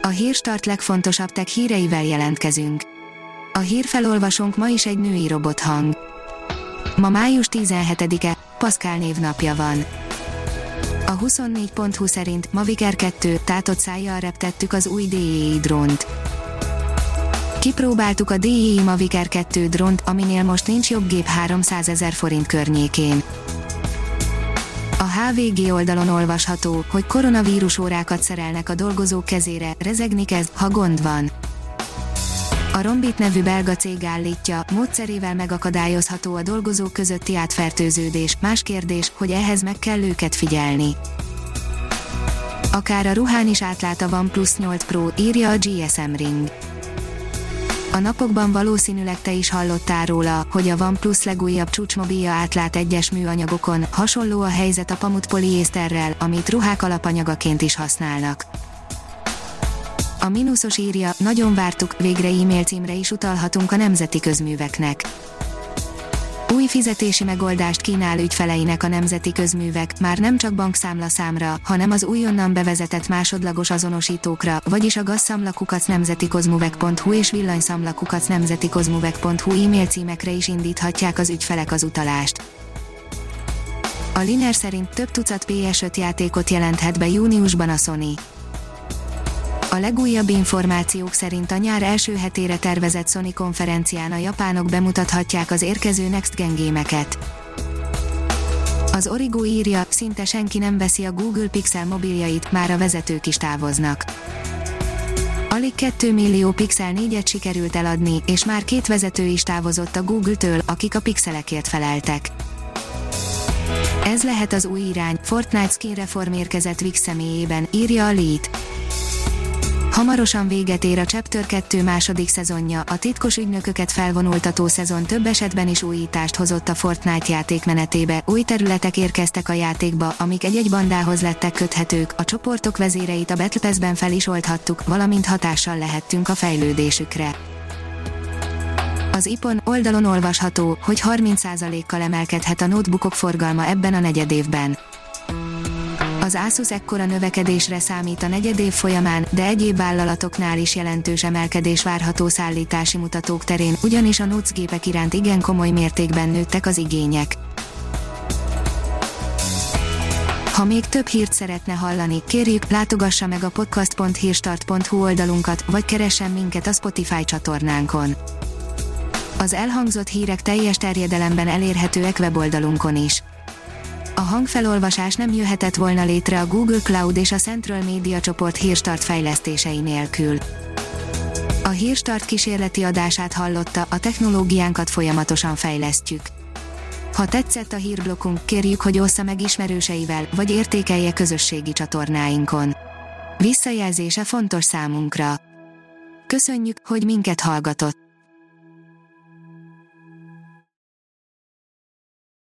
A Hírstart legfontosabb tech híreivel jelentkezünk. A hírfelolvasónk ma is egy női robothang. Ma május 17-e, Paszkál névnapja van. A 24.20 szerint Mavic R2 tátott szájjal reptettük az új DJI drónt. Kipróbáltuk a DJI Mavic R2 drónt, aminél most nincs jobb gép 300 000 forint környékén. A HVG oldalon olvasható, hogy koronavírus órákat szerelnek a dolgozók kezére, rezegni kezd, ha gond van. A Rombit nevű belga cég állítja, módszerével megakadályozható a dolgozók közötti átfertőződés, más kérdés, hogy ehhez meg kell őket figyelni. Akár a ruhán is átlát a OnePlus 8 Pro, írja a GSM Ring. A napokban valószínűleg te is hallottál róla, hogy a OnePlus legújabb csúcsmobilja átlát egyes műanyagokon, hasonló a helyzet a pamut-poliészterrel, amit ruhák alapanyagaként is használnak. A mínuszos írja, nagyon vártuk, végre e-mail címre is utalhatunk a nemzeti közműveknek. Új fizetési megoldást kínál ügyfeleinek a nemzeti közművek, már nem csak bankszámlaszámra, hanem az újonnan bevezetett másodlagos azonosítókra, vagyis a gazszámla@nemzetikozmuvek.hu és villanyszámla@nemzetikozmuvek.hu e-mail címekre is indíthatják az ügyfelek az utalást. A Liner szerint több tucat PS5 játékot jelenthet be júniusban a Sony. A legújabb információk szerint a nyár első hetére tervezett Sony konferencián a japánok bemutathatják az érkező Next Gen gémeket. Az Origo írja, szinte senki nem veszi a Google Pixel mobiljait, már a vezetők is távoznak. Alig 2 millió Pixel 4-et sikerült eladni, és már 2 vezető is távozott a Google-től, akik a pixelekért feleltek. Ez lehet az új irány, Fortnite skin reform érkezett Vix személyében, írja a Lead. Hamarosan véget ér a Chapter 2 második szezonja, a titkos ügynököket felvonultató szezon több esetben is újítást hozott a Fortnite játékmenetébe, új területek érkeztek a játékba, amik egy-egy bandához lettek köthetők, a csoportok vezéreit a Battle Pass-ben fel is oldhattuk, valamint hatással lehettünk a fejlődésükre. Az IPON oldalon olvasható, hogy 30%-kal emelkedhet a notebookok forgalma ebben a negyedévben. Az Asus ekkora növekedésre számít a negyedév folyamán, de egyéb vállalatoknál is jelentős emelkedés várható szállítási mutatók terén, ugyanis a NUC gépek iránt igen komoly mértékben nőttek az igények. Ha még több hírt szeretne hallani, kérjük, látogassa meg a podcast.hírstart.hu oldalunkat, vagy keressen minket a Spotify csatornánkon. Az elhangzott hírek teljes terjedelemben elérhetőek weboldalunkon is. A hangfelolvasás nem jöhetett volna létre a Google Cloud és a Central Media csoport Hírstart fejlesztései nélkül. A Hírstart kísérleti adását hallotta, a technológiánkat folyamatosan fejlesztjük. Ha tetszett a hírblokkunk, kérjük, hogy ossza meg ismerőseivel, vagy értékelje közösségi csatornáinkon. Visszajelzése fontos számunkra. Köszönjük, hogy minket hallgatott!